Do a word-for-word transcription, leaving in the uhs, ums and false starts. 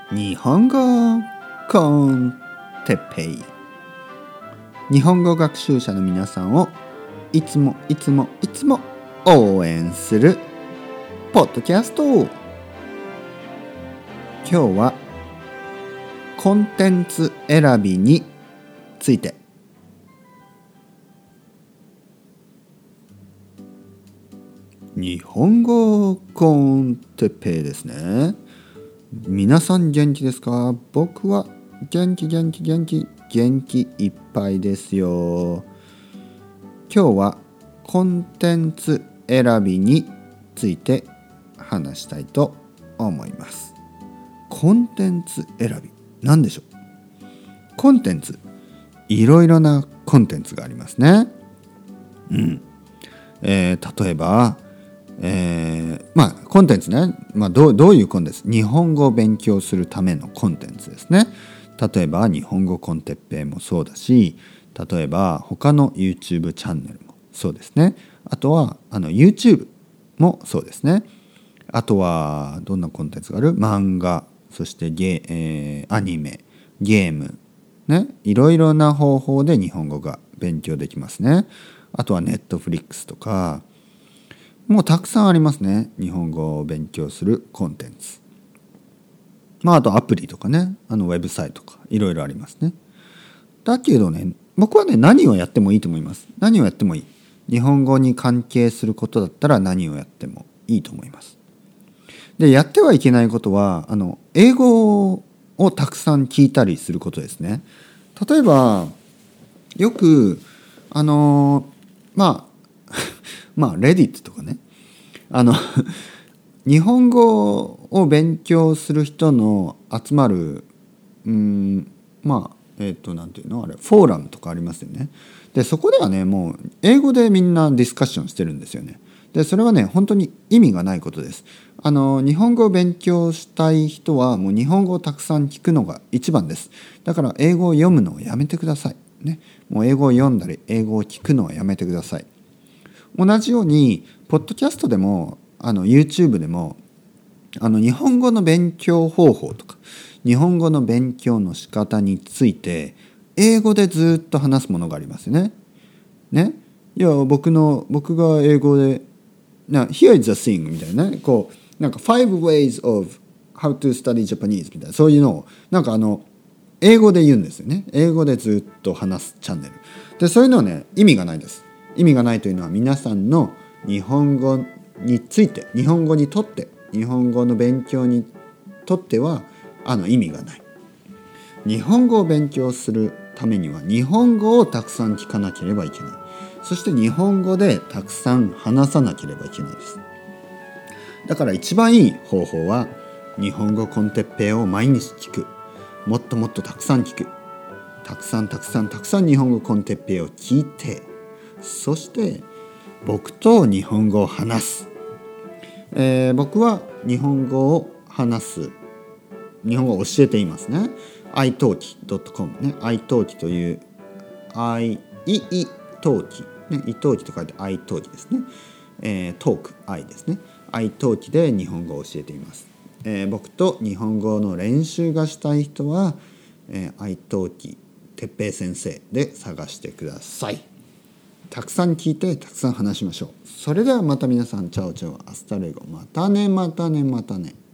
日本語コンテッペイ。日本語学習者の皆さんをいつもいつもいつも応援するポッドキャスト。今日はコンテンツ選びについて。日本語コンテッペイですね。皆さん元気ですか？僕は元気元気元気元気いっぱいですよ。今日はコンテンツ選びについて話したいと思います。コンテンツ選び、何でしょう？コンテンツ、いろいろなコンテンツがありますね。うん。えー、例えばえー、まあコンテンツね、まあ、どう、どういうコンテンツ？日本語を勉強するためのコンテンツですね。例えば日本語コンテッペイもそうだし、例えば他の YouTube チャンネルもそうですね。あとはあの YouTube もそうですね。あとはどんなコンテンツがある？漫画、そしてゲ、えー、アニメ、ゲームね、いろいろな方法で日本語が勉強できますね。あとは Netflix とかもうたくさんありますね。日本語を勉強するコンテンツ。まああとアプリとかね、あのウェブサイトとかいろいろありますね。だけどね、僕はね何をやってもいいと思います。何をやってもいい。日本語に関係することだったら何をやってもいいと思います。で、やってはいけないことはあの英語をたくさん聞いたりすることですね。例えばよくあのまあまあ、レディットとかね、あの日本語を勉強する人の集まる、うーん、まあ、えっと、なんていうのあれ、フォーラムとかありますよね。で、そこではね、もう英語でみんなディスカッションしてるんですよね。で、それはね、本当に意味がないことです。あの、日本語を勉強したい人は、もう日本語をたくさん聞くのが一番です。だから、英語を読むのをやめてください。ね。もう英語を読んだり、英語を聞くのはやめてください。同じようにポッドキャストでもあの YouTube でもあの日本語の勉強方法とか日本語の勉強の仕方について英語でずっと話すものがありますよね。ね、いや僕の僕が英語でな Here is the thing みたいなね、こうなんか Five ways of how to study Japanese みたいな、そういうのをなんかあの英語で言うんですよね。英語でずっと話すチャンネルで、そういうのはね意味がないです。意味がないというのは皆さんの日本語について、日本語にとって日本語の勉強にとってはあの意味がない。日本語を勉強するためには日本語をたくさん聞かなければいけない。そして日本語でたくさん話さなければいけないです。だから一番いい方法は日本語コンテッペイを毎日聞く。もっともっとたくさん聞く。たくさんたくさんたくさん日本語コンテッペイを聞いて、そして僕と日本語を話す、えー、僕は日本語を話す日本語を教えていますね。 アイトーキドットコム ね、 アイトーキという I いいトーキね、いトーキと書いて アイトーキですね、えー、トーク I ですね。 アイトーキで日本語を教えています、えー、僕と日本語の練習がしたい人は、えー、アイトーキてっぺい先生で探してください。たくさん聞いてたくさん話しましょう。それではまた皆さん、チャオチャオ、アスタレゴ、またねまたねまたね。